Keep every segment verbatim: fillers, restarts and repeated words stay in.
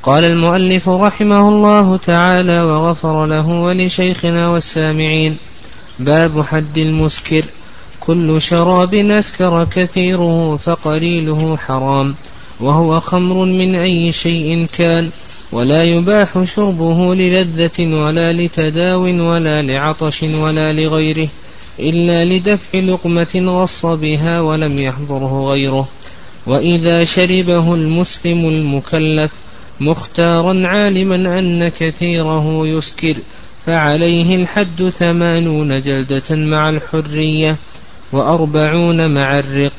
قال المؤلف رحمه الله تعالى وغفر له ولشيخنا والسامعين: باب حد المسكر. كل شراب أسكر كثيره فقليله حرام، وهو خمر من أي شيء كان، ولا يباح شربه للذة ولا لتداو ولا لعطش ولا لغيره، إلا لدفع لقمة غص بها ولم يحضره غيره. وإذا شربه المسلم المكلف مختارا عالما أن كثيره يسكر فعليه الحد ثمانون جلدة مع الحرية وأربعون مع الرق.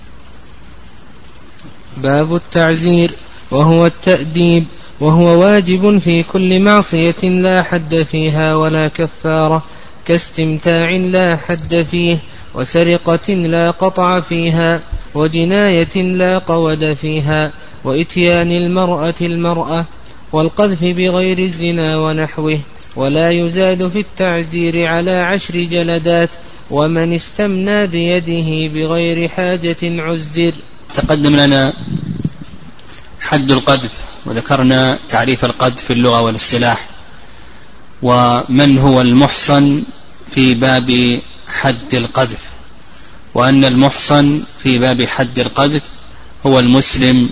باب التعزير، وهو التأديب، وهو واجب في كل معصية لا حد فيها ولا كفارة، كاستمتاع لا حد فيه، وسرقة لا قطع فيها، وجناية لا قود فيها، وإتيان المرأة المرأة، والقذف بغير الزنا ونحوه. ولا يزاد في التعزير على عشر جلدات، ومن استمنى بيده بغير حاجة عزر. تقدم لنا حد القذف، وذكرنا تعريف القذف في اللغة والاصطلاح، ومن هو المحصن في باب حد القذف، وأن المحصن في باب حد القذف هو المسلم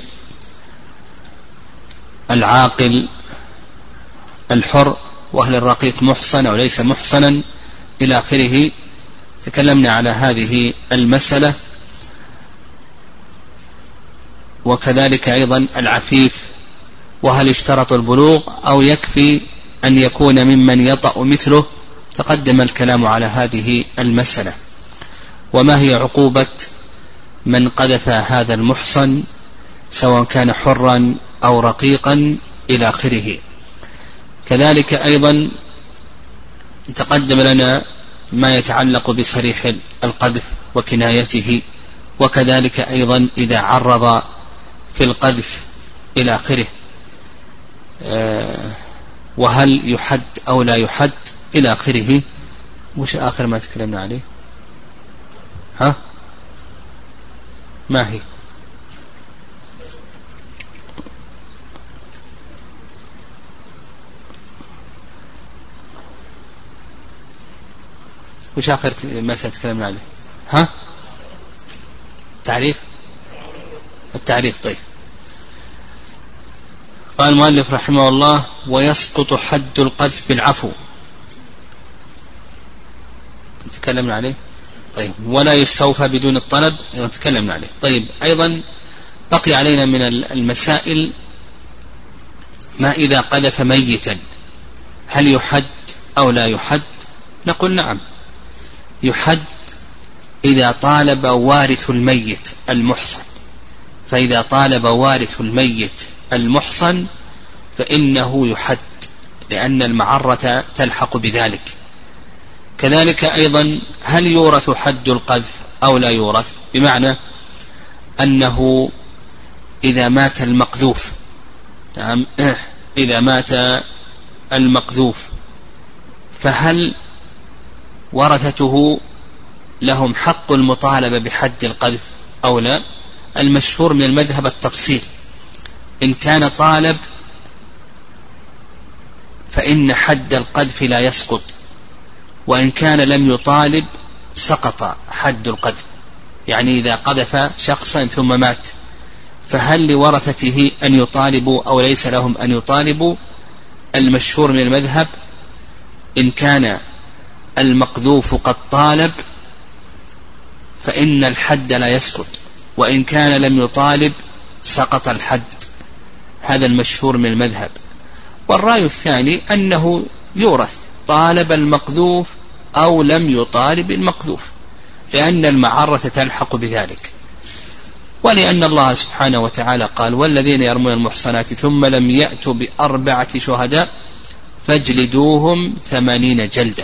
العاقل الحر، وهل الرقيق محصن أو ليس محصنا إلى آخره. تكلمنا على هذه المسألة، وكذلك أيضا العفيف، وهل اشترط البلوغ أو يكفي أن يكون ممن يطأ مثله. تقدم الكلام على هذه المسألة، وما هي عقوبة من قذف هذا المحصن سواء كان حرا أو رقيقا إلى آخره. كذلك أيضا تقدم لنا ما يتعلق بصريح القذف وكنايته، وكذلك أيضا إذا عرض في القذف إلى آخره، وهل يحد أو لا يحد إلى آخره. وش آخر ما تكلمنا عليه؟ ها ما هي؟ وش آخر مسألة تكلمنا عليه؟ ها تعريف التعريف. طيب، قال المؤلف رحمه الله: ويسقط حد القذف بالعفو، تكلمنا عليه. طيب، ولا يستوفى بدون الطلب، تكلمنا عليه. طيب، أيضا بقي علينا من المسائل ما إذا قذف ميتا، هل يحد أو لا يحد؟ نقول نعم يحد إذا طالب وارث الميت المحصن، فإذا طالب وارث الميت المحصن فإنه يحد، لأن المعرة تلحق بذلك. كذلك أيضا هل يورث حد القذف أو لا يورث؟ بمعنى أنه إذا مات المقذوف، نعم إذا مات المقذوف فهل ورثته لهم حق المطالبة بحد القذف أو لا؟ المشهور من المذهب التفصيل، إن كان طالب فإن حد القذف لا يسقط، وإن كان لم يطالب سقط حد القذف. يعني إذا قذف شخصا ثم مات فهل لورثته أن يطالبوا أو ليس لهم أن يطالبوا؟ المشهور من المذهب إن كان المقذوف قد طالب فإن الحد لا يسقط، وإن كان لم يطالب سقط الحد. هذا المشهور من المذهب. والرأي الثاني أنه يورث طالب المقذوف أو لم يطالب المقذوف، لأن المعرة تلحق بذلك، ولأن الله سبحانه وتعالى قال: والذين يرمون المحصنات ثم لم يأتوا بأربعة شهداء فاجلدوهم ثمانين جلدة.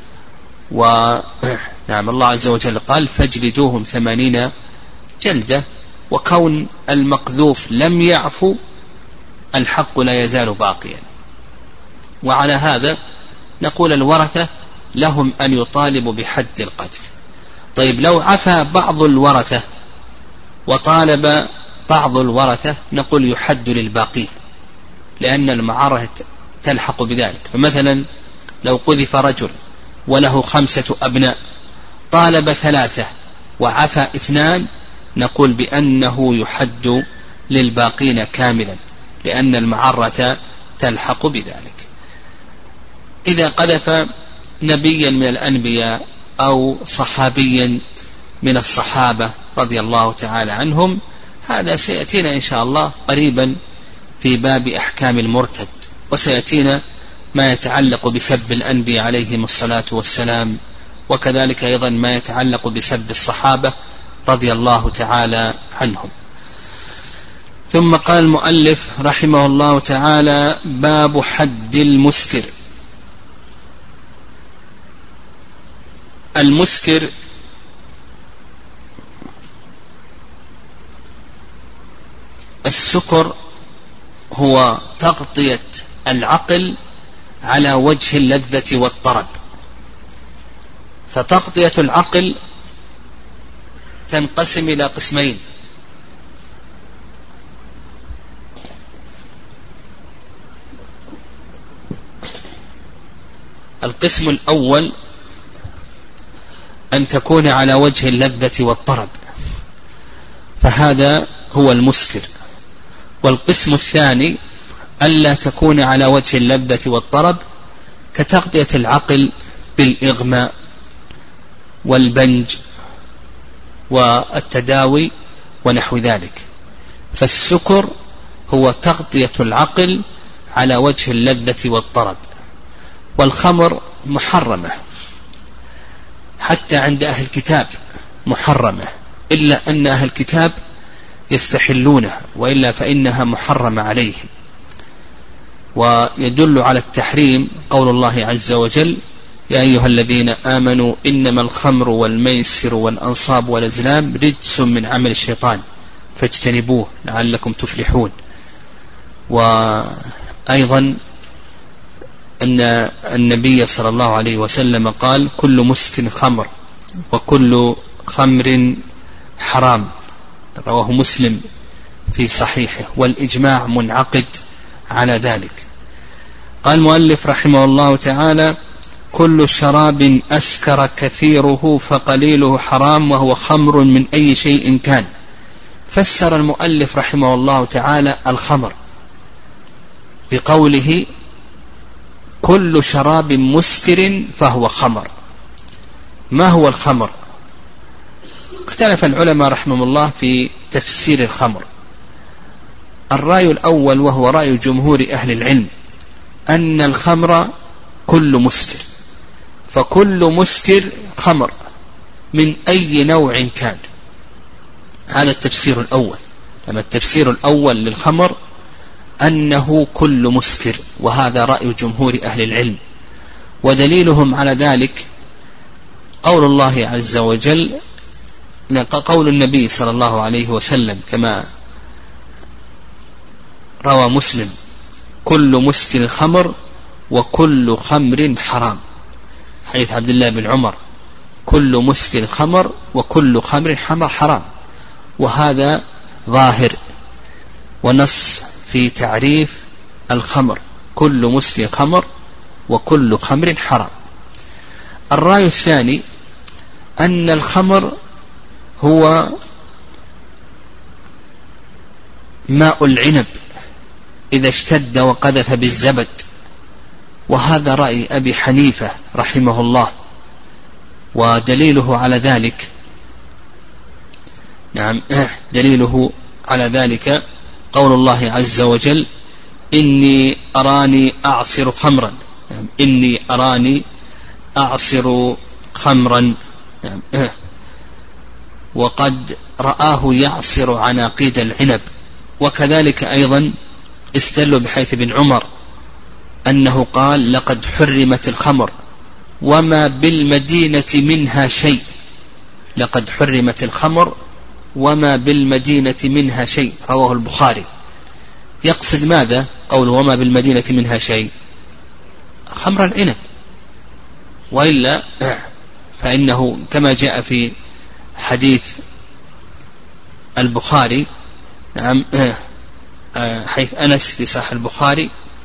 ونعم الله عز وجل قال: فاجلدوهم ثمانين جلدة. وكون المقذوف لم يعفو الحق لا يزال باقيا. وعلى هذا نقول الورثة لهم أن يطالبوا بحد القذف. طيب، لو عفى بعض الورثة وطالب بعض الورثة نقول يحد للباقين، لأن المعارة تلحق بذلك. فمثلا لو قذف رجل وله خمسة أبناء طالب ثلاثة وعفى اثنان، نقول بأنه يحد للباقين كاملا، لأن المعرة تلحق بذلك. إذا قذف نبيا من الأنبياء أو صحابيا من الصحابة رضي الله تعالى عنهم، هذا سيأتينا إن شاء الله قريبا في باب أحكام المرتد، وسيأتينا ما يتعلق بسب الأنبياء عليهم الصلاة والسلام، وكذلك أيضا ما يتعلق بسب الصحابة رضي الله تعالى عنهم. ثم قال المؤلف رحمه الله تعالى: باب حد المسكر. المسكر السكر هو تغطية العقل على وجه اللذة والطرب. فتغطية العقل تنقسم إلى قسمين: القسم الأول أن تكون على وجه اللذة والطرب، فهذا هو المسكر. والقسم الثاني ألا تكون على وجه اللذة والطرب، كتغطية العقل بالإغماء والبنج والتداوي ونحو ذلك. فالسكر هو تغطية العقل على وجه اللذة والطرب. والخمر محرمة حتى عند أهل الكتاب، محرمة، إلا أن أهل الكتاب يستحلونها، وإلا فإنها محرمة عليهم. ويدل على التحريم قول الله عز وجل: يا أيها الذين آمنوا إنما الخمر والميسر والأنصاب والأزلام رجس من عمل الشيطان فاجتنبوه لعلكم تفلحون. وأيضا أن النبي صلى الله عليه وسلم قال: كل مسكر خمر وكل خمر حرام، رواه مسلم في صحيحه، والإجماع منعقد على ذلك. قال المؤلف رحمه الله تعالى: كل شراب أسكر كثيره فقليله حرام وهو خمر من أي شيء كان. فسر المؤلف رحمه الله تعالى الخمر بقوله: كل شراب مسكر فهو خمر. ما هو الخمر؟ اختلف العلماء رحمهم الله في تفسير الخمر. الرأي الأول وهو رأي جمهور أهل العلم أن الخمر كل مسكر، فكل مسكر خمر من أي نوع كان. هذا التفسير الأول. أما التفسير الأول للخمر أنه كل مسكر، وهذا رأي جمهور أهل العلم. ودليلهم على ذلك قول الله عز وجل، قول النبي صلى الله عليه وسلم كما روى مسلم: كل مسكر خمر وكل خمر حرام. حديث عبد الله بن عمر: كل مسكر خمر وكل خمر حرام. وهذا ظاهر ونص في تعريف الخمر: كل مسكر خمر وكل خمر حرام. الرأي الثاني أن الخمر هو ماء العنب إذا اشتد وقذف بالزبد، وهذا رأي أبي حنيفة رحمه الله. ودليله على ذلك نعم دليله على ذلك قول الله عز وجل: إني أراني أعصر خمرا إني أراني أعصر خمرا وقد رآه يعصر عناقيد العنب. وكذلك أيضا استدلوا بحيث ابن عمر أنه قال: لقد حرمت الخمر وما بالمدينة منها شيء. لقد حرمت الخمر وما بالمدينة منها شيء، رواه البخاري. يقصد ماذا قول وما بالمدينة منها شيء؟ خمر العنب، وإلا فإنه كما جاء في حديث البخاري نعم حيث أنس في صحيح البخاري: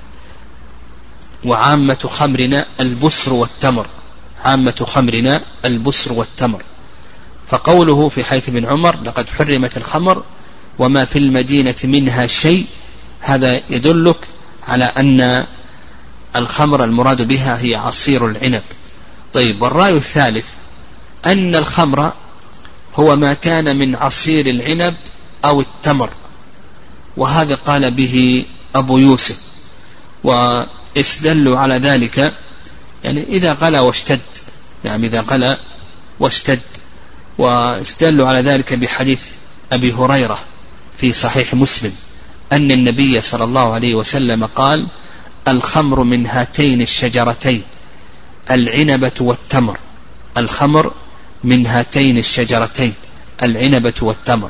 وعامة خمرنا البسر والتمر، عامة خمرنا البسر والتمر. فقوله في حيث ابن عمر: لقد حرمت الخمر وما في المدينة منها شيء، هذا يدلك على أن الخمر المراد بها هي عصير العنب. طيب، والرأي الثالث أن الخمر هو ما كان من عصير العنب أو التمر، وهذا قال به أبو يوسف، واستدلوا على ذلك يعني إذا غلى واشتد، نعم إذا غلى واشتد، واستدلوا على ذلك بحديث أبي هريرة في صحيح مسلم أن النبي صلى الله عليه وسلم قال: الخمر من هاتين الشجرتين العنبة والتمر، الخمر من هاتين الشجرتين العنبة والتمر.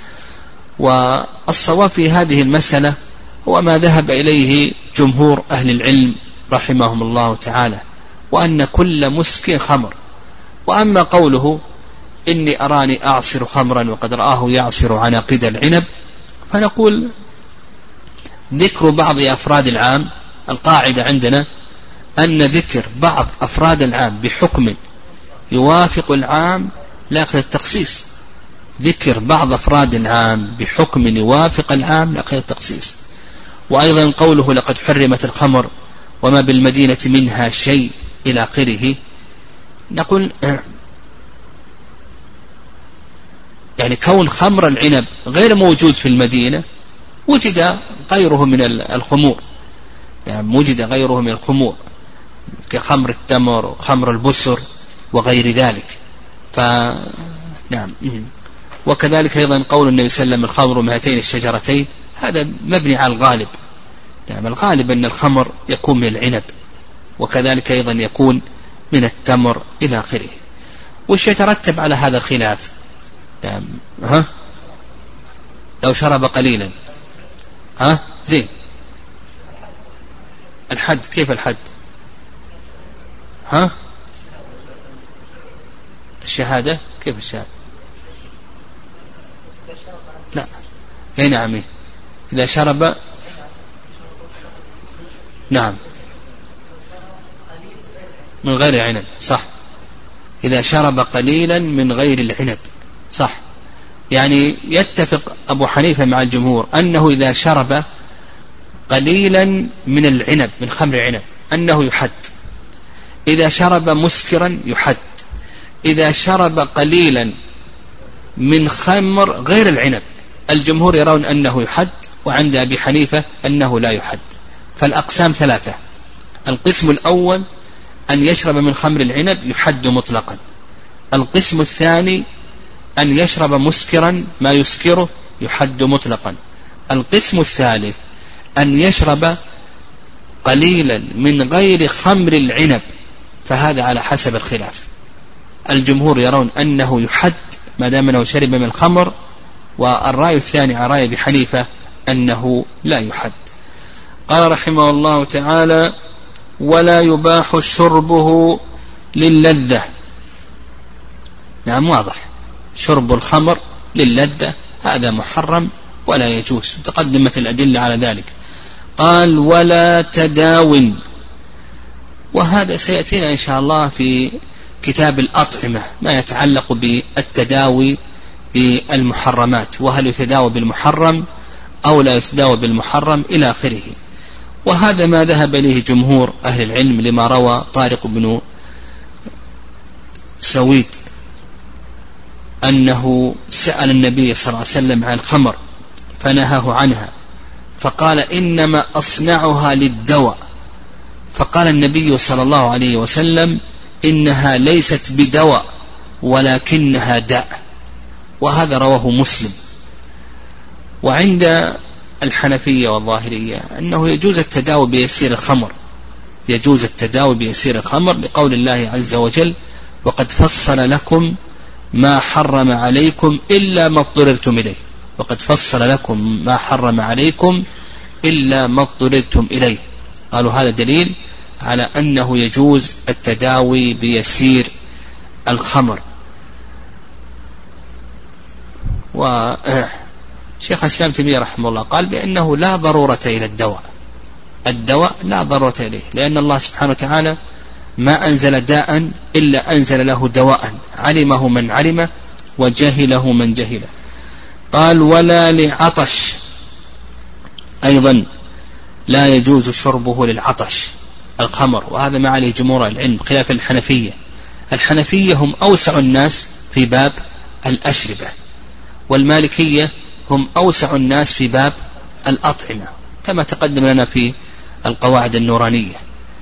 والصواب في هذه المسألة هو ما ذهب إليه جمهور أهل العلم رحمهم الله تعالى، وأن كل مسكر خمر. وأما قوله: إني أراني أعصر خمرا وقد رآه يعصر عناقيد العنب، فنقول: ذكر بعض أفراد العام، القاعدة عندنا أن ذكر بعض أفراد العام بحكم يوافق العام لا يقتضي التخصيص، ذكر بعض أفراد العام بحكم يوافق العام لا يقتضي التخصيص. وأيضا قوله: لقد حرمت الخمر وما بالمدينة منها شيء إلى آخره، نقول يعني كون خمر العنب غير موجود في المدينة، وجد غيره من الخمور، يعني وجد غيره من الخمور كخمر التمر وخمر البسر وغير ذلك. فنعم. وكذلك أيضا قول النبي صلى الله عليه وسلم: الخمر من هاتين الشجرتين، هذا مبني على الغالب، يعني الغالب أن الخمر يكون من العنب، وكذلك أيضا يكون من التمر إلى آخره. وش يترتب على هذا الخلاف؟ يعني ها لو شرب قليلا، ها زين، الحد كيف الحد؟ ها الشهادة كيف الشهادة؟ لا، اي نعم، إذا شرب، نعم، من غير العنب، صح، إذا شرب قليلا من غير العنب، صح. يعني يتفق أبو حنيفة مع الجمهور أنه إذا شرب قليلا من العنب، من خمر العنب، أنه يحد. إذا شرب مسكرا يحد. إذا شرب قليلا من خمر غير العنب، الجمهور يرون أنه يحد، وعند أبي حنيفة أنه لا يحد. فالأقسام ثلاثة: القسم الأول أن يشرب من خمر العنب يحد مطلقا. القسم الثاني أن يشرب مسكرا ما يسكره يحد مطلقا. القسم الثالث أن يشرب قليلا من غير خمر العنب، فهذا على حسب الخلاف. الجمهور يرون أنه يحد ما دام أنه شرب من الخمر، والرأي الثاني على رأي أبي حنيفة أنه لا يحد. قال رحمه الله تعالى: ولا يباح شربه للذة. نعم، واضح، شرب الخمر للذة هذا محرم ولا يجوز، تقدمت الأدلة على ذلك. قال: ولا تداو، وهذا سيأتينا إن شاء الله في كتاب الأطعمة ما يتعلق بالتداوي بالمحرمات، وهل يتداوى بالمحرم أو لا يتداوى بالمحرم إلى آخره. وهذا ما ذهب إليه جمهور أهل العلم لما روى طارق بن سويد أنه سأل النبي صلى الله عليه وسلم عن الخمر فنهاه عنها، فقال: إنما أصنعها للدواء. فقال النبي صلى الله عليه وسلم: إنها ليست بدواء ولكنها داء. وهذا رواه مسلم. وعند الحنفية والظاهرية أنه يجوز التداوي بيسير الخمر، يجوز التداوي بيسير الخمر لقول الله عز وجل: وقد فصل لكم ما حرم عليكم إلا ما اضطررتم إليه. وقد فصل لكم ما حرم عليكم إلا ما اضطررتم إليه. قالوا هذا دليل على أنه يجوز التداوي بيسير الخمر. شيخ الإسلام تيمية رحمه الله قال بأنه لا ضرورة إلى الدواء، الدواء لا ضرورة إليه، لأن الله سبحانه وتعالى ما أنزل داء إلا أنزل له دواء علمه من علمه وجهله من جهله. قال ولا لعطش، أيضا لا يجوز شربه للعطش الخمر، وهذا ما عليه جمهور العلم خلاف الحنفية. الحنفية هم أوسع الناس في باب الأشربة، والمالكية هم أوسع الناس في باب الأطعمة كما تقدم لنا في القواعد النورانية.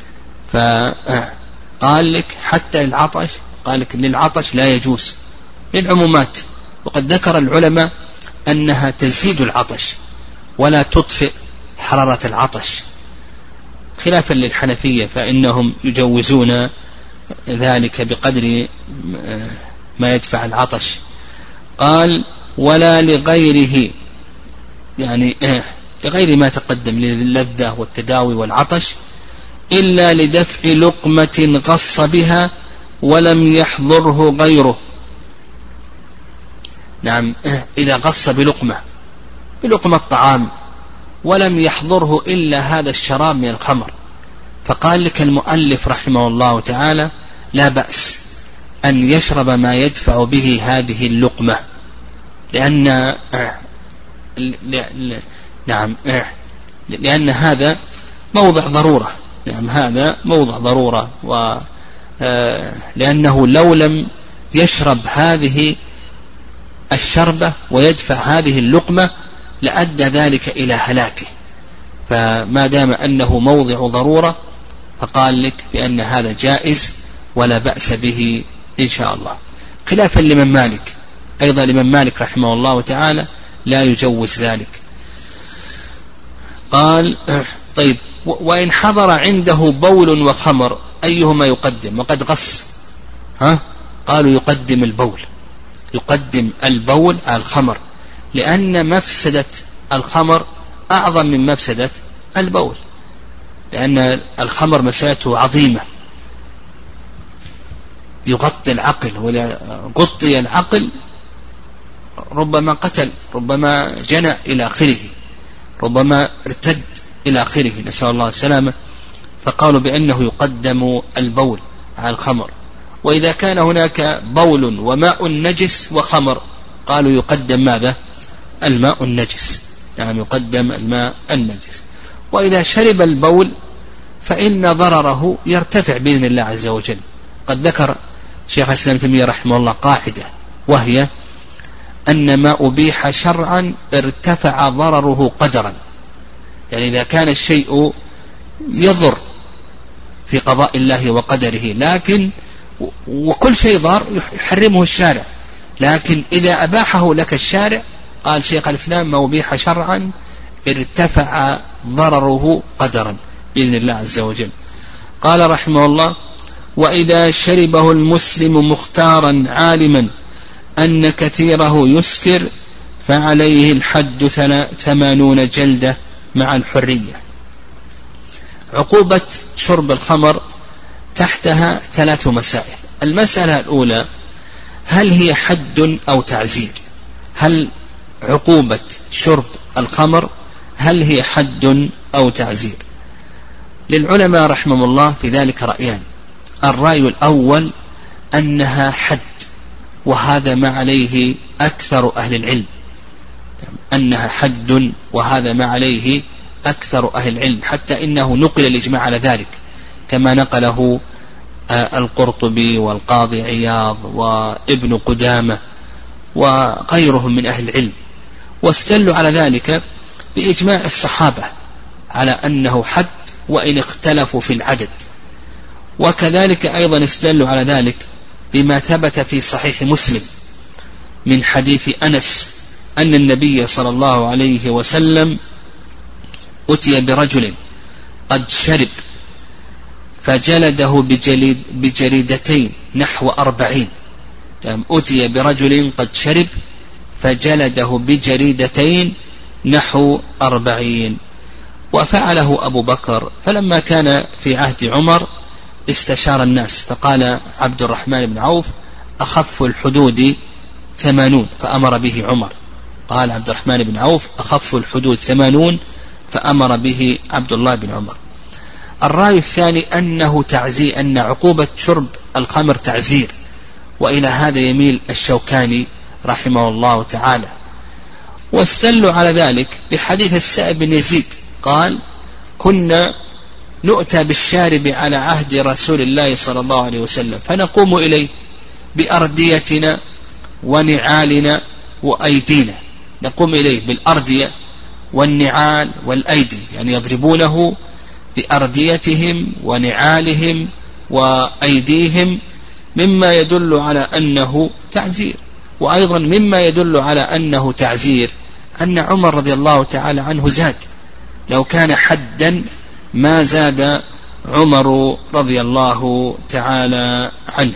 فقال لك حتى للعطش، قال لك للعطش لا يجوز للعمومات، وقد ذكر العلماء أنها تزيد العطش ولا تطفئ حرارة العطش، خلافا للحنفية فإنهم يجوزون ذلك بقدر ما يدفع العطش. قال ولا لغيره، يعني لغير ما تقدم للذة والتداوي والعطش، إلا لدفع لقمة غص بها ولم يحضره غيره. نعم، إذا غص بلقمة بلقمة طعام ولم يحضره إلا هذا الشراب من الخمر، فقال لك المؤلف رحمه الله تعالى لا بأس أن يشرب ما يدفع به هذه اللقمة، لأن نعم لأن هذا موضع ضرورة، نعم هذا موضع ضرورة، ولأنه لو لم يشرب هذه الشربة ويدفع هذه اللقمة لأدى ذلك إلى هلاكه، فما دام أنه موضع ضرورة فقال لك بأن هذا جائز ولا بأس به إن شاء الله، خلافا لمن مالك. أيضا لمن مالك رحمه الله تعالى لا يجوز ذلك. قال طيب وإن حضر عنده بول وخمر أيهما يقدم؟ وقد غص، ها قالوا يقدم البول، يقدم البول على الخمر، لأن مفسدة الخمر أعظم من مفسدة البول، لأن الخمر مسألته عظيمة يغطي العقل، وإذا غطي العقل ربما قتل، ربما جنى إلى آخره، ربما ارتد إلى آخره، نسأل الله السلامة. فقالوا بأنه يقدم البول على الخمر. وإذا كان هناك بول وماء نجس وخمر قالوا يقدم ماذا؟ الماء النجس، يعني يقدم الماء النجس. وإذا شرب البول فإن ضرره يرتفع بإذن الله عز وجل. قد ذكر شيخ الإسلام تيمية رحمه الله قاعدة، وهي أن ما أبيح شرعا ارتفع ضرره قدرا، يعني إذا كان الشيء يضر في قضاء الله وقدره، لكن وكل شيء ضار يحرمه الشارع، لكن إذا أباحه لك الشارع قال شيخ الإسلام ما أبيح شرعا ارتفع ضرره قدرا بإذن الله عز وجل. قال رحمه الله وإذا شربه المسلم مختارا عالما أن كثيره يسكر فعليه الحد ثمانون جلدة مع الحرية. عقوبة شرب الخمر تحتها ثلاث مسائل. المسألة الأولى هل هي حد أو تعزير؟ هل عقوبة شرب الخمر هل هي حد أو تعزير؟ للعلماء رحمهم الله في ذلك رأيان. الرأي الأول أنها حد، وهذا ما عليه أكثر أهل العلم، أنها حد وهذا ما عليه أكثر أهل العلم، حتى إنه نقل الإجماع على ذلك كما نقله القرطبي والقاضي عياض وابن قدامة وغيرهم من أهل العلم، واستدلوا على ذلك بإجماع الصحابة على أنه حد وإن اختلفوا في العدد. وكذلك أيضا استدلوا على ذلك بما ثبت في صحيح مسلم من حديث أنس أن النبي صلى الله عليه وسلم أتي برجل قد شرب فجلده بجليد بجريدتين نحو أربعين. أتي برجل قد شرب فجلده بجريدتين نحو أربعين. وفعله أبو بكر، فلما كان في عهد عمر استشار الناس فقال عبد الرحمن بن عوف أخف الحدود ثمانون، فأمر به عمر. قال عبد الرحمن بن عوف أخف الحدود ثمانون فأمر به عبد الله بن عمر. الرأي الثاني أنه تعزير، أن عقوبة شرب الخمر تعزير، وإلى هذا يميل الشوكاني رحمه الله تعالى، واستدلوا على ذلك بحديث السائب بن يزيد قال كنا نؤتى بالشارب على عهد رسول الله صلى الله عليه وسلم فنقوم إليه بأرديتنا ونعالنا وأيدينا، نقوم إليه بالأردية والنعال والأيدي، يعني يضربونه بأرديتهم ونعالهم وأيديهم، مما يدل على أنه تعزير. وأيضا مما يدل على أنه تعزير أن عمر رضي الله تعالى عنه زاد، لو كان حدا ما زاد عمر رضي الله تعالى عنه.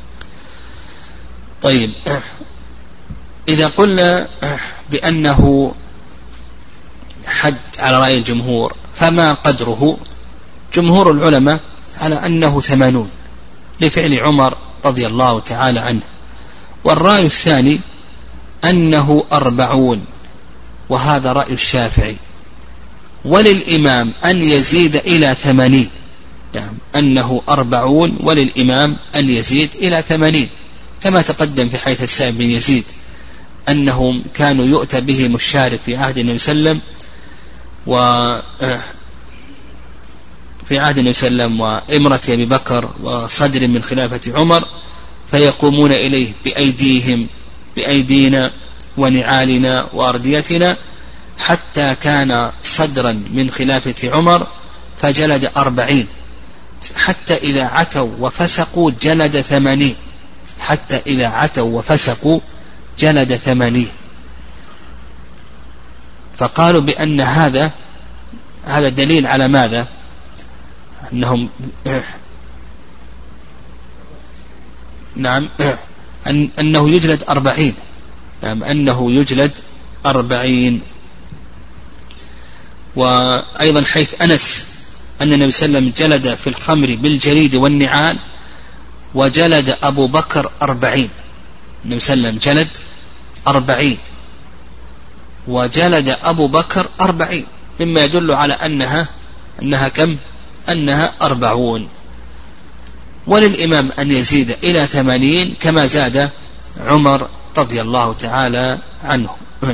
طيب، إذا قلنا بأنه حد على رأي الجمهور فما قدره؟ جمهور العلماء على أنه ثمانون لفعل عمر رضي الله تعالى عنه، والرأي الثاني أنه أربعون، وهذا رأي الشافعي، وللإمام أن يزيد إلى ثمانين، يعني أنه أربعون وللإمام أن يزيد إلى ثمانين، كما تقدم في حيث السائب بن يزيد أنهم كانوا يؤتى بهم الشارب في عهد النبي صلى الله عليه وسلم وفي عهد النبي صلى الله عليه وسلم وإمرة أبي بكر وصدر من خلافة عمر، فيقومون إليه بأيديهم بأيدينا ونعالنا وأرديتنا، حتى كان صدرا من خلافة عمر فجلد أربعين، حتى إذا عتوا وفسقوا جلد ثمانين، حتى إذا عتوا وفسقوا جلد ثمانين. فقالوا بأن هذا هذا دليل على ماذا؟ أنهم نعم أن أنه يجلد أربعين، نعم أنه يجلد أربعين. وأيضا حيث أنس أن النبي صلى الله عليه وسلم جلد في الخمر بالجريد والنعال، وجلد أبو بكر أربعين، النبي صلى الله عليه وسلم جلد أربعين وجلد أبو بكر أربعين، مما يدل على أنها أنها كم؟ أنها أربعون. وللإمام أن يزيد إلى ثمانين كما زاد عمر رضي الله تعالى عنه.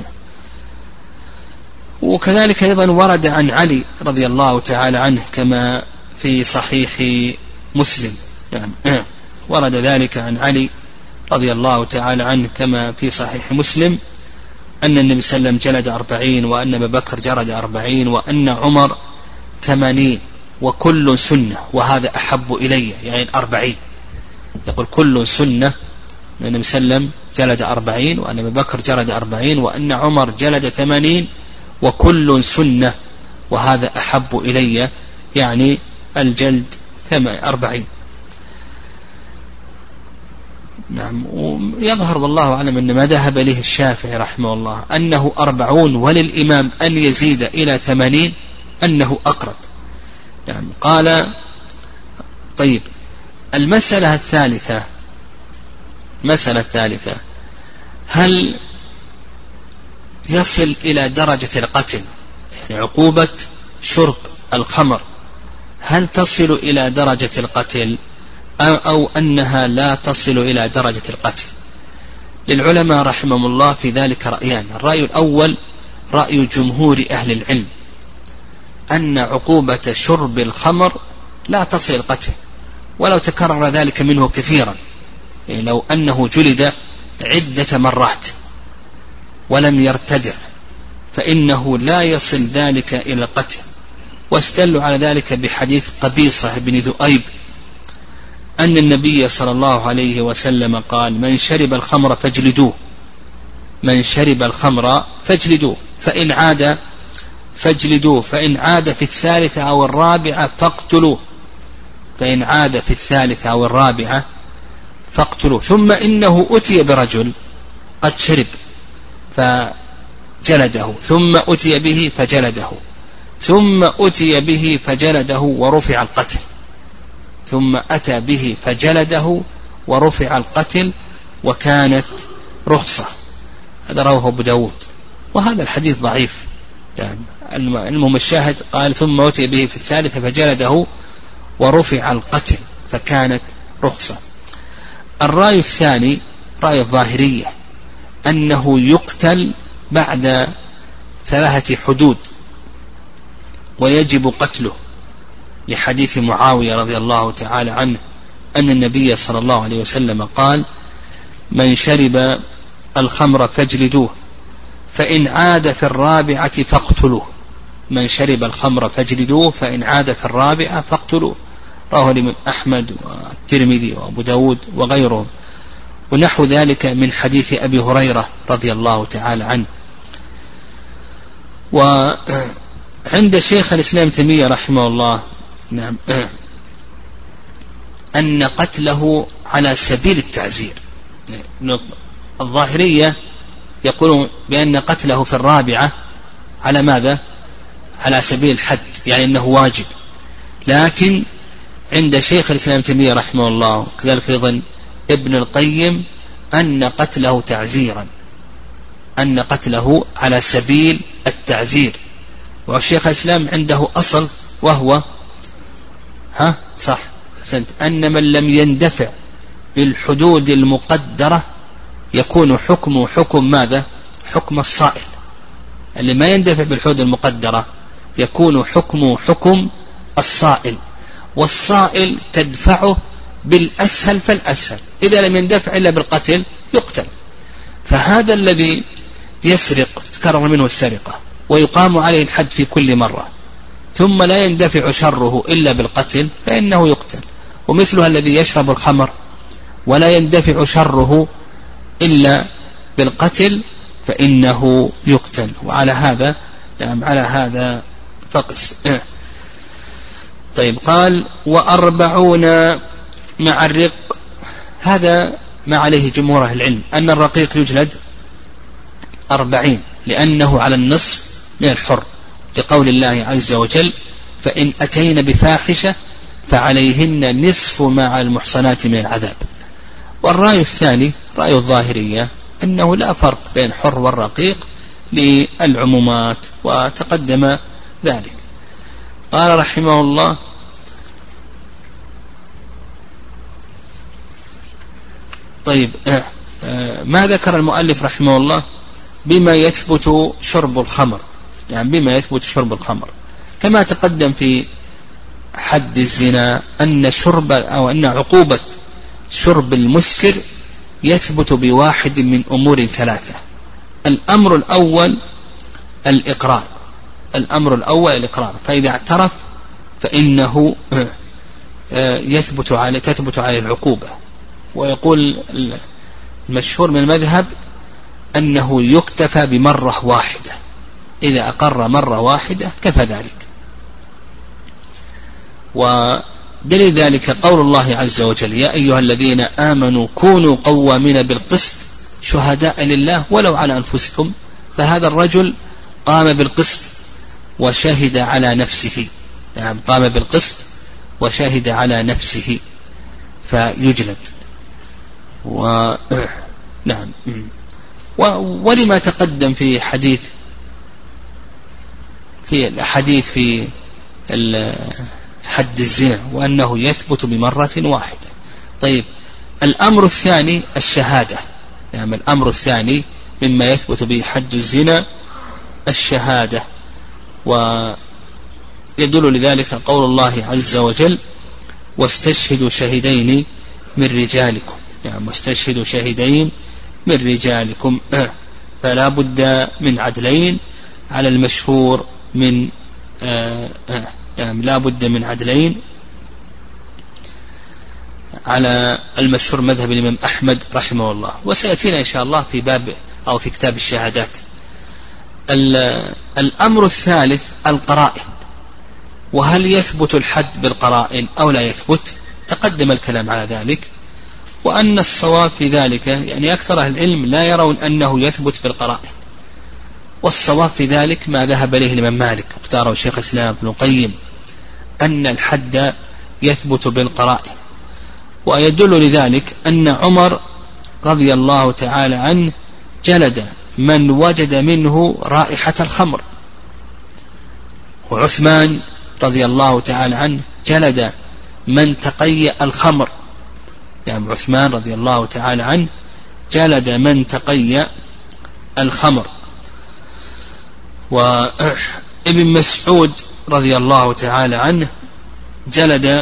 وكذلك أيضا ورد عن علي رضي الله تعالى عنه كما في صحيح مسلم، يعني ورد ذلك عن علي رضي الله تعالى عنه كما في صحيح مسلم أن النبي صلى الله عليه وسلم جلد أربعين، وأن أبا بكر جلد أربعين، وأن عمر ثمانين، وكل سنة وهذا أحب إلي، يعني الأربعين، يقول كل سنة، النبي صلى الله عليه وسلم جلد أربعين، وأن أبا بكر جلد أربعين، وأن عمر جلد ثمانين، وكل سنة وهذا أحب إلي، يعني الجلد أربعين. نعم. ويظهر والله أعلم أن ما ذهب إليه الشافعي رحمه الله أنه أربعون وللإمام أن يزيد إلى ثمانين أنه أقرب. يعني قال طيب، المسألة الثالثة مسألة الثالثة هل يصل إلى درجة القتل؟ يعني عقوبة شرب الخمر هل تصل إلى درجة القتل أو أنها لا تصل إلى درجة القتل؟ للعلماء رحمهم الله في ذلك رأيان. الرأي الأول رأي جمهور أهل العلم أن عقوبة شرب الخمر لا تصل القتل، ولو تكرر ذلك منه كثيرا، يعني لو أنه جلد عدة مرات ولم يرتدع فإنه لا يصل ذلك إلى القتل. واستدلوا على ذلك بحديث قبيصة بن ذؤيب أن النبي صلى الله عليه وسلم قال: من شرب الخمر فاجلدوه، من شرب الخمر فاجلدوه، فإن عاد فاجلدوه، فإن عاد في الثالثة أو الرابعة فاقتلوه، فإن عاد في الثالثة أو الرابعة فاقتلوه. ثم إنه أتي برجل قد شرب فجلده، ثم أتي به فجلده، ثم أتي به فجلده ورفع القتل، ثم أتى به فجلده ورفع القتل، وكانت رخصة. هذا رواه أبو داود وهذا الحديث ضعيف. يعني المهم الشاهد قال ثم أتي به في الثالثة فجلده ورفع القتل فكانت رخصة. الرأي الثاني رأي الظاهرية أنه يقتل بعد ثلاثة حدود ويجب قتله، لحديث معاوية رضي الله تعالى عنه أن النبي صلى الله عليه وسلم قال من شرب الخمر فاجلدوه فإن عاد في الرابعة فاقتلوه. من شرب الخمر فاجلدوه فإن عاد في الرابعة فاقتلوه. رواه الإمام أحمد والترمذي وأبو داود وغيرهم، ونحو ذلك من حديث أبي هريرة رضي الله تعالى عنه. وعند شيخ الإسلام تيمية رحمه الله نعم أن قتله على سبيل التعزير. الظاهرية يقولون بأن قتله في الرابعة على ماذا؟ على سبيل الحد، يعني أنه واجب. لكن عند شيخ الإسلام تيمية رحمه الله كذلك أيضا ابن القيم أن قتله تعزيرا، أن قتله على سبيل التعزير. والشيخ الإسلام عنده أصل وهو ها صح سنت أن من لم يندفع بالحدود المقدرة يكون حكمه حكم ماذا؟ حكم الصائل. اللي ما يندفع بالحدود المقدرة يكون حكمه حكم الصائل، والصائل تدفعه بالأسهل فالأسهل، إذا لم يندفع إلا بالقتل يقتل. فهذا الذي يسرق تكرر منه السرقة ويقام عليه الحد في كل مرة ثم لا يندفع شره إلا بالقتل فإنه يقتل. ومثلها الذي يشرب الخمر ولا يندفع شره إلا بالقتل فإنه يقتل. وعلى هذا نعم على هذا فقس. طيب قال وأربعون مع الرق، هذا ما عليه جمهور أهل العلم أن الرقيق يجلد أربعين لأنه على النصف من الحر، لقول الله عز وجل فإن أتين بفاحشة فعليهن نصف ما على المحصنات من العذاب. والرأي الثاني رأي الظاهرية أنه لا فرق بين حر والرقيق للعمومات وتقدم ذلك. قال رحمه الله طيب ما ذكر المؤلف رحمه الله بما يثبت شرب الخمر، يعني بما يثبت شرب الخمر كما تقدم في حد الزنا أن شرب أو أن عقوبة شرب المسكر يثبت بواحد من أمور ثلاثة. الأمر الأول الإقرار، الأمر الأول الإقرار، فإذا اعترف فإنه يثبت عليه تثبت عليه العقوبة. ويقول المشهور من المذهب أنه يكتفى بمرة واحدة، إذا أقر مرة واحدة كفى ذلك. ودليل ذلك قول الله عز وجل يا أيها الذين آمنوا كونوا قوامين بالقسط شهداء لله ولو على أنفسكم. فهذا الرجل قام بالقسط وشهد على نفسه، يعني قام بالقسط وشهد على نفسه فيجلد. و نعم و... ولما تقدم في حديث في الحديث في حد الزنا وأنه يثبت بمرة واحدة. طيب الأمر الثاني الشهادة، يعني الأمر الثاني مما يثبت به حد الزنا الشهادة، ويدل لذلك قول الله عز وجل واستشهدوا شهدين من رجالكم، يعني واستشهدوا شهدين من رجالكم، فلا بد من عدلين على المشهور من آه آه يعني لا بد من عدلين على المشهور مذهب الإمام أحمد رحمه الله. وسيأتينا إن شاء الله في باب أو في كتاب الشهادات. الأمر الثالث القرائن، وهل يثبت الحد بالقرائن أو لا يثبت؟ تقدم الكلام على ذلك، وأن الصواب في ذلك يعني أكثر أهل العلم لا يرون أنه يثبت بالقرائن، والصواب في ذلك ما ذهب إليه الإمام مالك واختاره الشيخ الإسلام ابن القيم أن الحد يثبت بالقرائن. ويدل لذلك أن عمر رضي الله تعالى عنه جلد من وجد منه رائحة الخمر. وعثمان رضي الله تعالى عنه جلد من تقي الخمر، يعني عثمان رضي الله تعالى عنه جلد من تقي الخمر. وابن مسعود رضي الله تعالى عنه جلد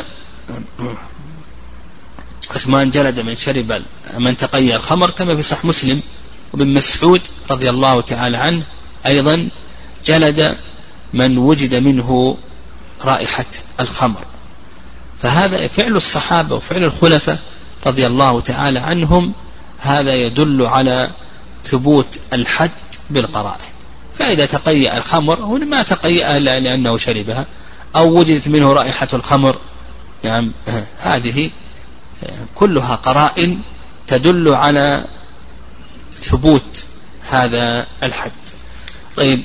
عثمان جلد من شرب من تقي الخمر كما في صحيح مسلم. وابن مسعود رضي الله تعالى عنه أيضا جلد من وجد منه رائحة الخمر. فهذا فعل الصحابة وفعل الخلفاء رضي الله تعالى عنهم، هذا يدل على ثبوت الحد بالقرائن. فإذا تقيأ الخمر هنا ما تقيأ إلا لأنه شربها أو وجدت منه رائحة الخمر، يعني هذه كلها قرائن تدل على ثبوت هذا الحد. طيب،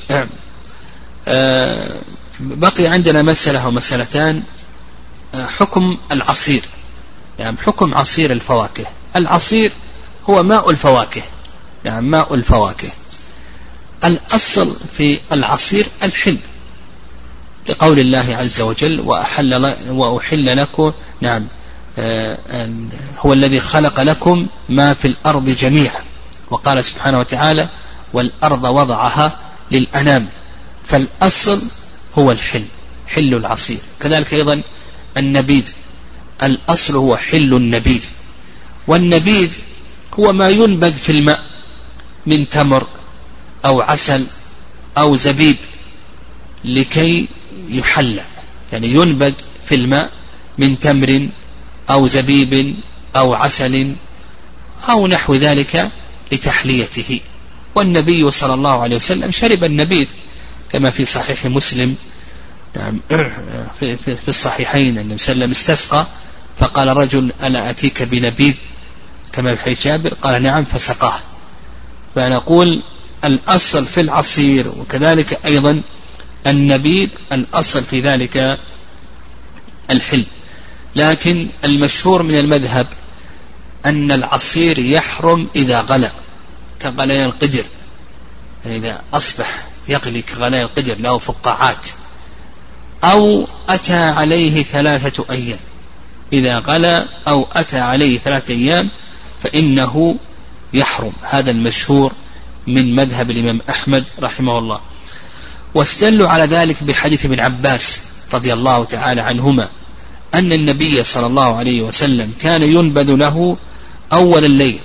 بقي عندنا مسألة ومسألتان. حكم العصير، يعني حكم عصير الفواكه. العصير هو ماء الفواكه، يعني ماء الفواكه. الأصل في العصير الحل، لقول الله عز وجل وأحل, وأحل لكم، نعم هو الذي خلق لكم ما في الأرض جميعا. وقال سبحانه وتعالى والأرض وضعها للأنام. فالأصل هو الحل، حل العصير. كذلك أيضا النبيذ، الأصل هو حل النبيذ. والنبيذ هو ما ينبذ في الماء من تمر أو عسل أو زبيب لكي يحل، يعني ينبذ في الماء من تمر أو زبيب أو عسل أو نحو ذلك لتحليته. والنبي صلى الله عليه وسلم شرب النبيذ كما في صحيح مسلم، نعم في الصحيحين، النبي صلى الله عليه وسلم استسقى فقال رجل ألا أتيك بنبيذ كما في حديث جابر؟ قال نعم فسقاه. فنقول الأصل في العصير وكذلك أيضا النبيذ الأصل في ذلك الحل. لكن المشهور من المذهب أن العصير يحرم إذا غلى كغليان القدر، يعني إذا أصبح يغلي كغليان القدر له فقاعات، أو أتى عليه ثلاثة أيام. إذا غلى أو أتى عليه ثلاثة أيام فإنه يحرم. هذا المشهور من مذهب الإمام أحمد رحمه الله. واستدلوا على ذلك بحديث ابن عباس رضي الله تعالى عنهما أن النبي صلى الله عليه وسلم كان ينبذ له أول الليل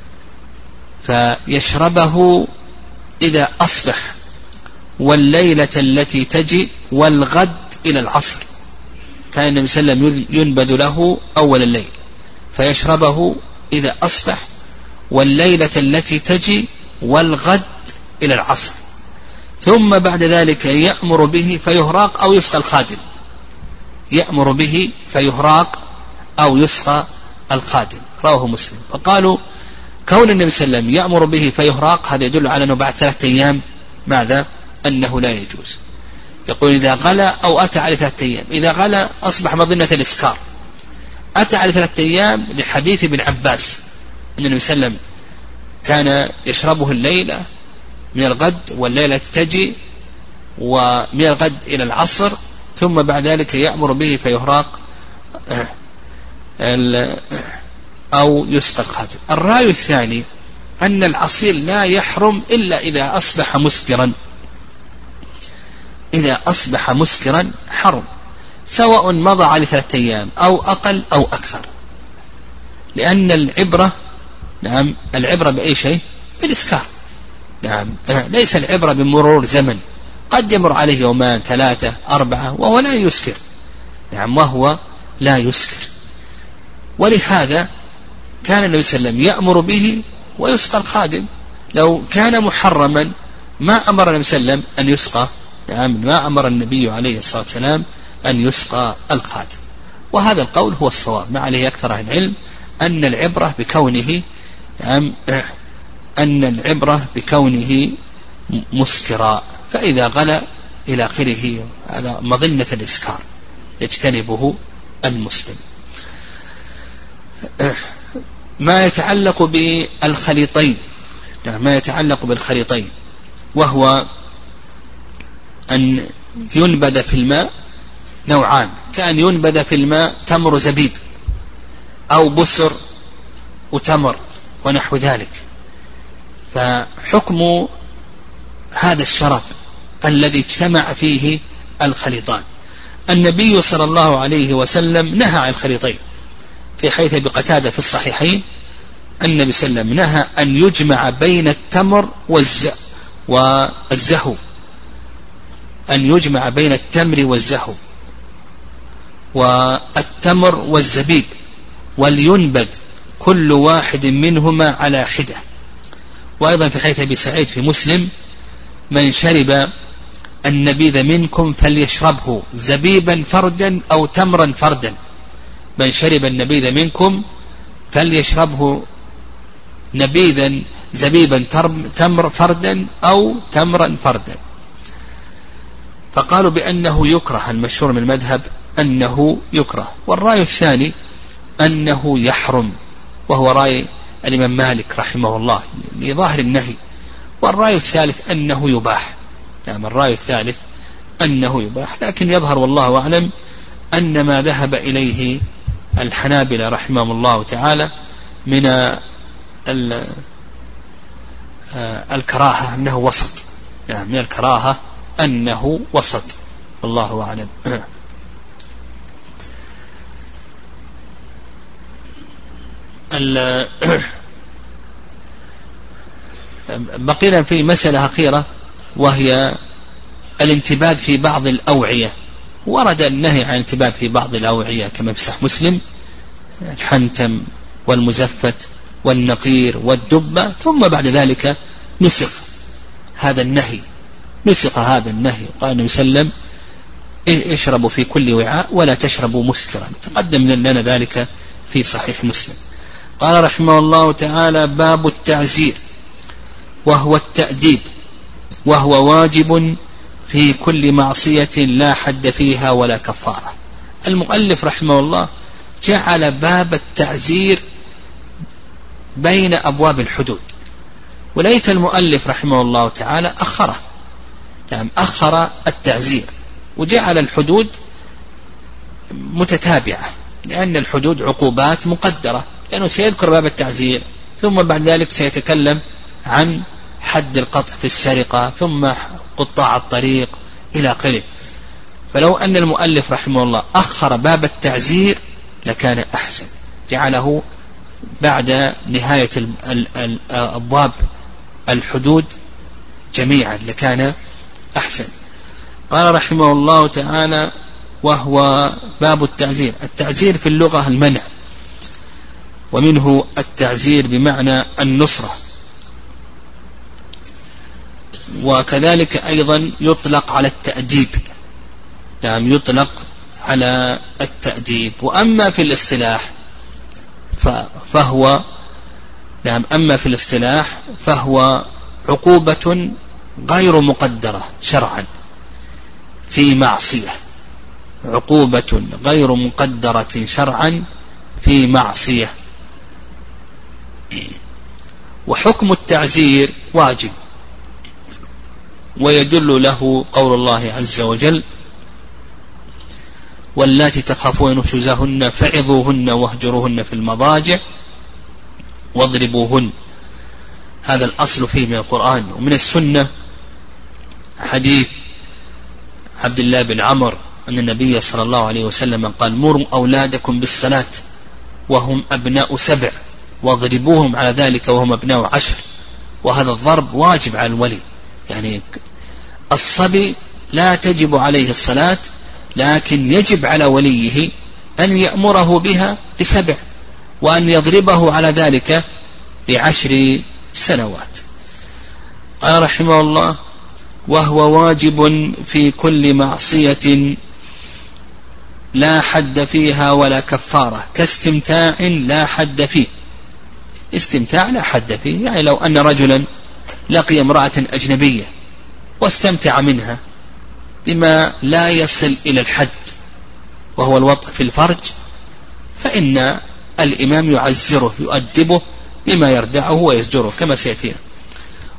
فيشربه إذا أصبح، والليلة التي تجي والغد إلى العصر. كان النبي صلى الله عليه وسلم ينبذ له أول الليل فيشربه إذا أصبح، والليلة التي تجي والغد إلى العصر، ثم بعد ذلك يأمر به فيهراق أو يسقى الخادم. يأمر به فيهراق أو يسقى الخادم، رواه مسلم. فقالوا كون النبي صلى الله عليه وسلم يأمر به فيهراق هذا يدل على أنه بعد ثلاثة أيام ماذا؟ أنه لا يجوز. يقول إذا غلى أو أتى على ثلاثة أيام. إذا غلى أصبح مظنة الإسكار. أتى على ثلاثة أيام لحديث ابن عباس أن النبي صلى الله عليه وسلم كان يشربه الليلة من الغد والليلة تجي ومن الغد إلى العصر، ثم بعد ذلك يأمر به فيهراق أو يسقى الخادم. الرأي الثاني أن العصير لا يحرم إلا إذا أصبح مسكرا. إذا أصبح مسكرا حرم، سواء مضى على ثلاثة أيام أو أقل أو أكثر، لأن العبرة، نعم العبرة بأي شيء؟ بالإسكار. نعم ليس العبرة بمرور زمن، قد يمر عليه يومان ثلاثة أربعة وهو لا يسكر. نعم وهو لا يسكر. ولهذا كان النبي صلى الله عليه وسلم يأمر به ويسقى الخادم. لو كان محرما ما أمر النبي صلى الله عليه وسلم أن يسقى، نعم ما أمر النبي عليه الصلاة والسلام أن يسقى الخادم. وهذا القول هو الصواب، ما عليه أكثر أهل العلم، أن العبرة بكونه، نعم أن العبرة بكونه مسكرا. فإذا غلى إلى آخره هذا مظنة الإسكار يجتنبه المسلم. ما يتعلق بالخليطين، ما يتعلق بالخليطين، وهو أن ينبذ في الماء نوعان، كأن ينبذ في الماء تمر زبيب أو بسر وتمر ونحو ذلك. فحكم هذا الشراب الذي اجتمع فيه الخليطان، النبي صلى الله عليه وسلم نهى عن الخليطين، في حيث بقتادة في الصحيحين النبي صلى الله عليه وسلم نهى أن يجمع بين التمر والزهو، أن يجمع بين التمر والزهو والتمر والزبيب، ولينبذ كل واحد منهما على حدة. وأيضا في حديث أبي سعيد في مسلم: من شرب النبيذ منكم فليشربه زبيبا فردا أو تمرا فردا، من شرب النبيذ منكم فليشربه نبيذا زبيبا تمر فردا أو تمرا فردا. فقالوا بأنه يكره، المشهور من المذهب أنه يكره. والرأي الثاني أنه يحرم، وهو رأي الإمام مالك رحمه الله لظاهر النهي. والرأي الثالث أنه يباح، نعم الرأي الثالث أنه يباح، لكن يظهر والله أعلم أن ما ذهب إليه الحنابلة رحمهم الله تعالى من الكراهة أنه وسط، يعني من الكراهة أنه وسط، والله أعلم. بقينا في مسألة أخيرة، وهي الانتباذ في بعض الأوعية. ورد النهي عن الانتباذ في بعض الأوعية كما في صحيح مسلم: الحنتم والمزفت والنقير والدبة، ثم بعد ذلك نسخ هذا النهي، نسخ هذا النهي، قال النبي صلى الله عليه وسلم: اشربوا في كل وعاء ولا تشربوا مسكرا، تقدم لنا ذلك في صحيح مسلم. قال رحمه الله تعالى: باب التعزير، وهو التأديب، وهو واجب في كل معصية لا حد فيها ولا كفارة. المؤلف رحمه الله جعل باب التعزير بين أبواب الحدود، وليت المؤلف رحمه الله تعالى أخره، يعني أخر التعزير وجعل الحدود متتابعة، لأن الحدود عقوبات مقدرة، لأنه سيذكر باب التعزير ثم بعد ذلك سيتكلم عن حد القطع في السرقة، ثم قطاع الطريق إلى آخره. فلو أن المؤلف رحمه الله أخر باب التعزير لكان أحسن، جعله بعد نهاية أبواب الحدود جميعا لكان أحسن. قال رحمه الله تعالى: وهو باب التعزير. التعزير في اللغة المنع، ومنه التعزير بمعنى النصرة، وكذلك أيضا يطلق على التأديب، نعم يطلق على التأديب. وأما في الاصطلاح فهو نعم أما في الاصطلاح فهو عقوبة غير مقدرة شرعا في معصية، عقوبة غير مقدرة شرعا في معصية. وحكم التعزير واجب، ويدل له قول الله عز وجل: واللاتي تخافون نشوزهن فعظوهن واهجروهن في المضاجع واضربوهن. هذا الأصل فيه من القرآن. ومن السنة حديث عبد الله بن عمر أن النبي صلى الله عليه وسلم قال: مروا أولادكم بالصلاة وهم أبناء سبع واضربوهم على ذلك وهم أبناء عشر. وهذا الضرب واجب على الولي، يعني الصبي لا تجب عليه الصلاة، لكن يجب على وليه أن يأمره بها لسبع، وأن يضربه على ذلك لعشر سنوات. قال رحمه الله: وهو واجب في كل معصية لا حد فيها ولا كفارة، كاستمتاع لا حد فيه. استمتاع لا حد فيه، يعني لو أن رجلا لقي امرأة أجنبية واستمتع منها بما لا يصل إلى الحد وهو الوطء في الفرج، فإن الإمام يعزره يؤدبه بما يردعه ويزجره كما سيأتينا.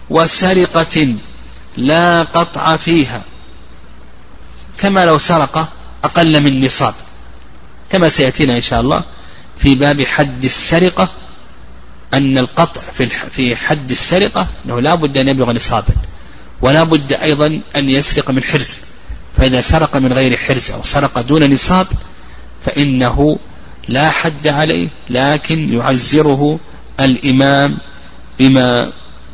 وسرقة لا قطع فيها، كما لو سرق أقل من نصاب، كما سيأتينا إن شاء الله في باب حد السرقة أن القطع في حد السرقة أنه لا بد أن يبلغ نصابا، ولا بد أيضا أن يسرق من حرز، فإذا سرق من غير حرز أو سرق دون نصاب فإنه لا حد عليه، لكن يعزره الإمام بما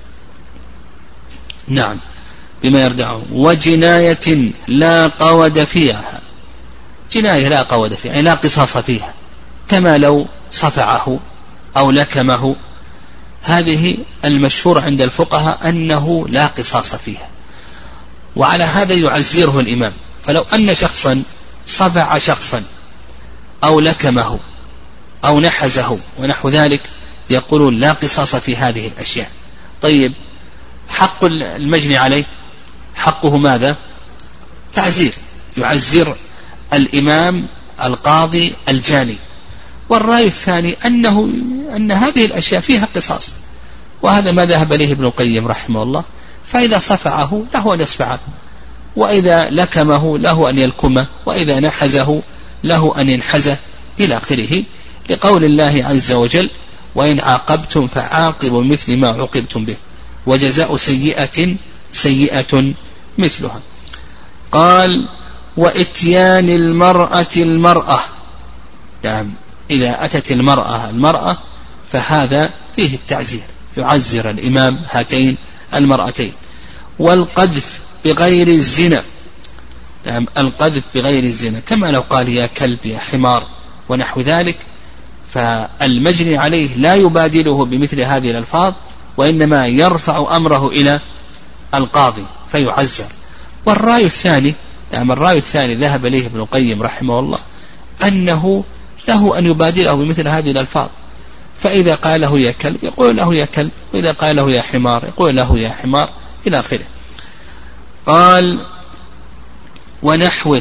نعم بما يردعه. وجناية لا قود فيها، جناية لا قود فيها يعني لا قصاص فيها، كما لو صفعه أو لكمه، هذه المشهور عند الفقهاء أنه لا قصاص فيها، وعلى هذا يعزره الإمام. فلو أن شخصا صفع شخصا أو لكمه أو نحزه ونحو ذلك يقولون لا قصاص في هذه الأشياء. طيب حق المجني عليه حقه ماذا؟ تعزير، يعزر الإمام القاضي الجاني. والرأي الثاني أنه أن هذه الأشياء فيها قصاص، وهذا ما ذهب إليه ابن القيم رحمه الله. فإذا صفعه له أن يصفعه، وإذا لكمه له أن يلكمه، وإذا نحزه له أن ينحزه إلى آخره، لقول الله عز وجل وإن عاقبتم فعاقبوا مثل ما عوقبتم به وجزاء سيئة سيئة مثلها. قال وإتيان المرأة المرأة، يعني إذا أتت المرأة المرأة فهذا فيه التعزير، يعزر الإمام هاتين المرأتين. والقذف بغير الزنا، يعني القذف بغير الزنا كما لو قال يا كلب يا حمار ونحو ذلك، فالمجني عليه لا يبادله بمثل هذه الألفاظ، وإنما يرفع أمره إلى القاضي فيعزر. والرأي الثاني، يعني الرأي الثاني ذهب إليه ابن القيم رحمه الله أنه له أن يبادله بمثل هذه الألفاظ، فإذا قال له يا كلب يقول له يا كلب، وإذا قال له يا حمار يقول له يا حمار إلى آخره. قال ونحوه،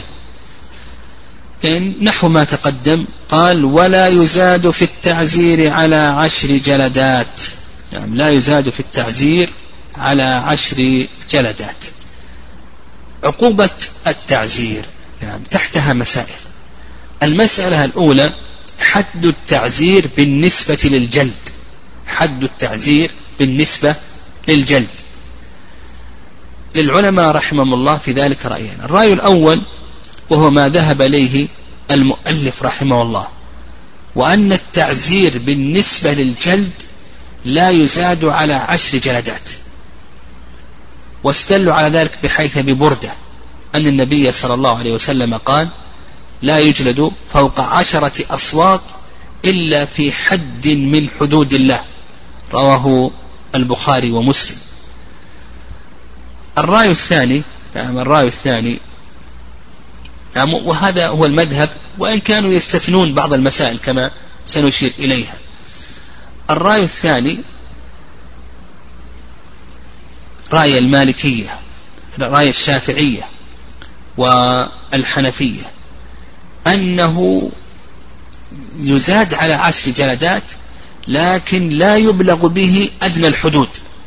نحو ما تقدم. قال ولا يزاد في التعزير على عشر جلدات، يعني لا يزاد في التعزير على عشر جلدات. عقوبة التعزير يعني تحتها مسائل. المسألة الأولى حد التعزير بالنسبة للجلد، حد التعزير بالنسبة للجلد. للعلماء رحمهم الله في ذلك رأيين. الرأي الأول وهو ما ذهب إليه المؤلف رحمه الله، وأن التعزير بالنسبة للجلد لا يزاد على عشر جلدات. واستدلوا على ذلك بحيث ببردة أن النبي صلى الله عليه وسلم قال لا يجلد فوق عشرة أصوات إلا في حد من حدود الله، رواه البخاري ومسلم. الرأي الثاني يعني الرأي الثاني يعني وهذا هو المذهب، وإن كانوا يستثنون بعض المسائل كما سنشير إليها. الرأي الثاني رأي المالكية، رأي الشافعية والحنفية، أنه يزاد على عشر جلدات لكن لا يبلغ به أدنى الحدود،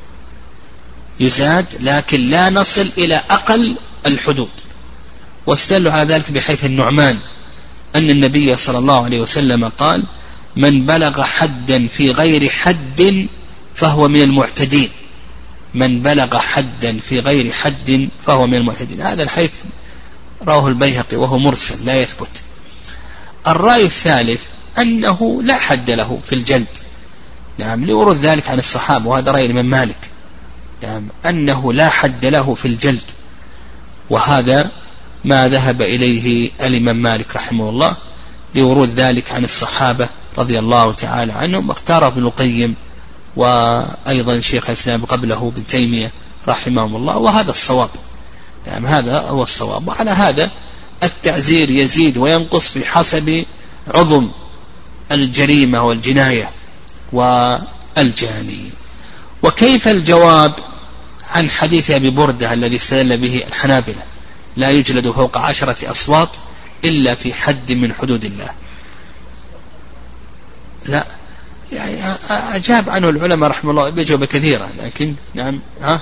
يزاد لكن لا نصل إلى أقل الحدود. واستدلوا على ذلك بحيث النعمان أن النبي صلى الله عليه وسلم قال من بلغ حدا في غير حد فهو من المعتدين، من بلغ حدا في غير حد فهو من المعتدين. هذا الحديث رواه البيهقي وهو مرسل لا يثبت. الرأي الثالث أنه لا حد له في الجلد، نعم لورود ذلك عن الصحابة، وهذا رأي الإمام مالك، نعم أنه لا حد له في الجلد، وهذا ما ذهب إليه الإمام مالك رحمه الله لورود ذلك عن الصحابة رضي الله تعالى عنهم، واختاره ابن القيم وأيضا شيخ الإسلام قبله ابن تيمية رحمهم الله، وهذا الصواب، نعم هذا هو الصواب. وعلى هذا التعزير يزيد وينقص بحسب عظم الجريمة والجناية والجاني. وكيف الجواب عن حديث أبي بردة الذي استدل به الحنابلة لا يجلد فوق عشرة أصوات إلا في حد من حدود الله؟ لا، يعني أجاب عنه العلماء رحمه الله بأجوبة كثيرة، لكن نعم ها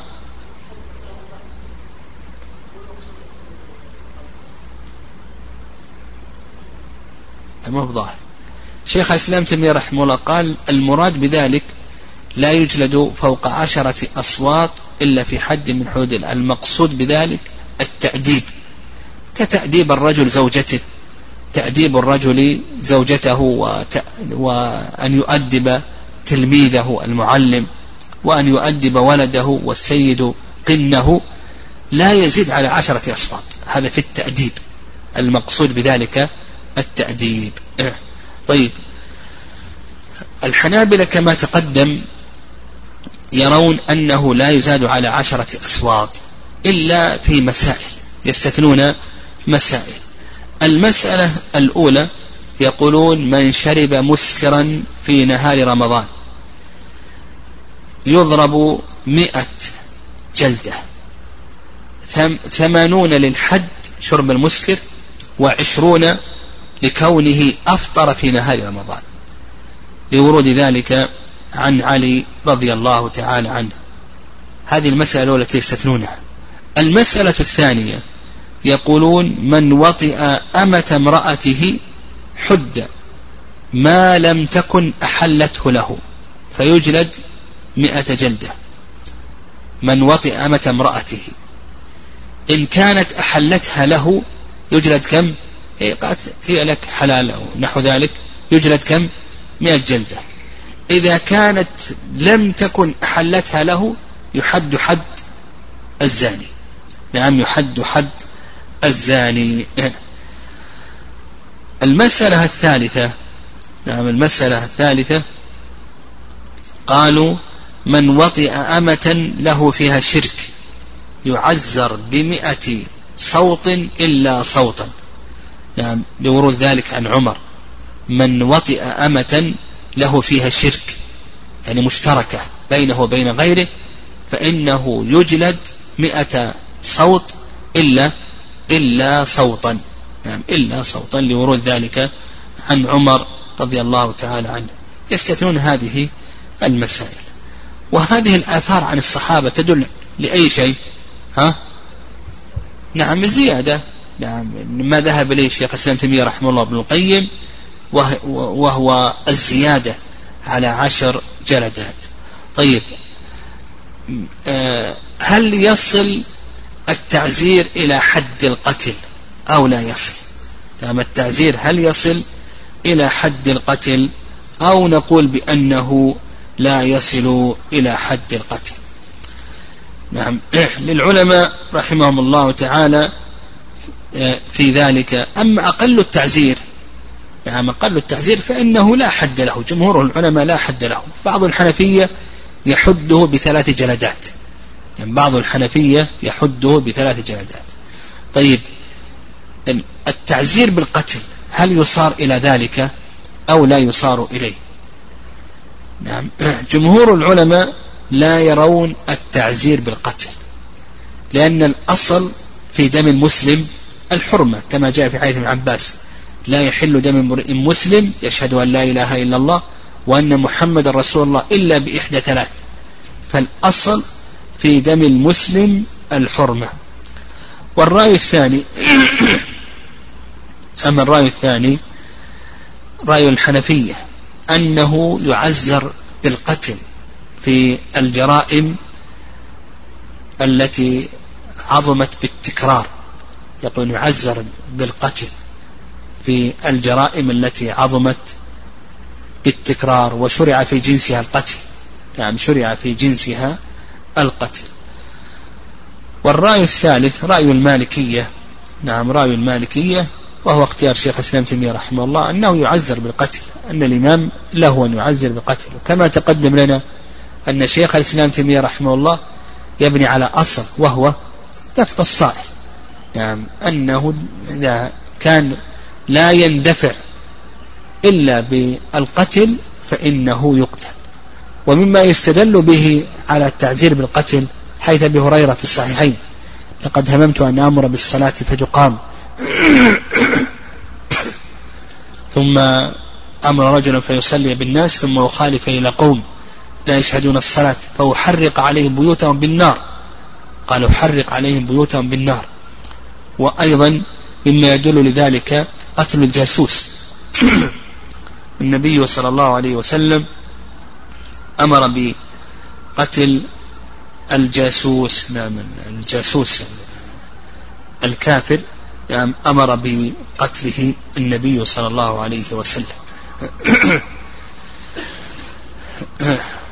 ما بظاهر. شيخ الإسلام تيمية رحمه الله قال المراد بذلك لا يجلد فوق عشرة أصوات إلا في حد من حدود الله. المقصود بذلك التأديب، كتأديب الرجل زوجته، تأديب الرجل زوجته وت... وأن يؤدب تلميذه المعلم، وأن يؤدب ولده والسيد قنه، لا يزيد على عشرة أصوات. هذا في التأديب، المقصود بذلك التأديب. طيب، الحنابلة كما تقدم يرون أنه لا يزاد على عشرة أصوات إلا في مسائل، يستثنون مسائل. المسألة الأولى يقولون من شرب مسكرا في نهار رمضان يضرب مئة جلدة، ثمانون للحد شرب المسكر، وعشرون لكونه أفطر في نهار رمضان، لورود ذلك عن علي رضي الله تعالى عنه. هذه المسألة التي يستثنونها. المسألة الثانية يقولون من وطئ أمة امرأته حد ما لم تكن أحلته له فيجلد مئة جلدة. من وطئ أمة امرأته إن كانت أحلتها له يجلد كم؟ هي لك حلال أو نحو ذلك، يجلد كم؟ مئة جلدة. إذا كانت لم تكن أحلتها له يحد حد الزاني. نعم، يحد حد الزاني. المسألة الثالثة نعم المسألة الثالثة قالوا من وطئ أمة له فيها شرك يعزر بمئة صوت إلا صوتا. نعم، لورود ذلك عن عمر. من وطئ أمة له فيها شرك يعني مشتركة بينه وبين غيره فإنه يجلد مئة صوت إلا إلا صوتا. نعم، إلا صوتا، لورود ذلك عن عمر رضي الله تعالى عنه. يستثنون هذه المسائل. وهذه الآثار عن الصحابة تدل لأي شيء؟ ها؟ نعم، الزيادة. نعم، ما ذهب إليه الشيخ الإسلام تيمية رحمه الله ابن القيم، وهو الزيادة على عشر جلدات. طيب، هل يصل التعزير إلى حد القتل أو لا يصل؟ نعم، التعزير هل يصل إلى حد القتل أو نقول بأنه لا يصل إلى حد القتل؟ نعم، للعلماء رحمهم الله تعالى في ذلك. أما أقل التعزير نعم أقل التعزير فإنه لا حد له، جمهور العلماء لا حد له. بعض الحنفية يحده بثلاث جلدات، يعني بعض الحنفية يحده بثلاث جلدات. طيب، التعزير بالقتل هل يصار إلى ذلك أو لا يصار إليه؟ نعم، جمهور العلماء لا يرون التعزير بالقتل، لأن الأصل في دم المسلم الحرمة، كما جاء في حديث ابن عباس: لا يحل دم امرئ مسلم يشهد أن لا إله إلا الله وأن محمد رسول الله إلا بإحدى ثلاث. فالأصل في دم المسلم الحرمة. والرأي الثاني أما الرأي الثاني رأي الحنفية أنه يعزر بالقتل في الجرائم التي عظمت بالتكرار. يقول يعزر بالقتل في الجرائم التي عظمت بالتكرار وشرع في جنسها القتل، يعني شرع في جنسها القتل. والرأي الثالث رأي المالكية. نعم، رأي المالكية، وهو اختيار شيخ الإسلام تيمية رحمه الله، أنه يعزر بالقتل، أن الإمام له أن يعزر بالقتل. كما تقدم لنا أن شيخ الإسلام تيمية رحمه الله يبني على أصل وهو دفع الصائل، يعني أنه إذا كان لا يندفع إلا بالقتل فإنه يقتل. ومما يستدل به على التعزير بالقتل حيث أبي هريرة في الصحيحين: لقد هممت أن أمر بالصلاة فتقام ثم أمر رجلا فيصلي بالناس ثم يخالف إلى قوم لا يشهدون الصلاة فأحرق عليهم بيوتهم بالنار، قال أحرق عليهم بيوتهم بالنار. وأيضا مما يدل لذلك قتل الجاسوس. النبي صلى الله عليه وسلم أمر بقتل الجاسوس، نعم الجاسوس الكافر، يعني أمر بقتله النبي صلى الله عليه وسلم.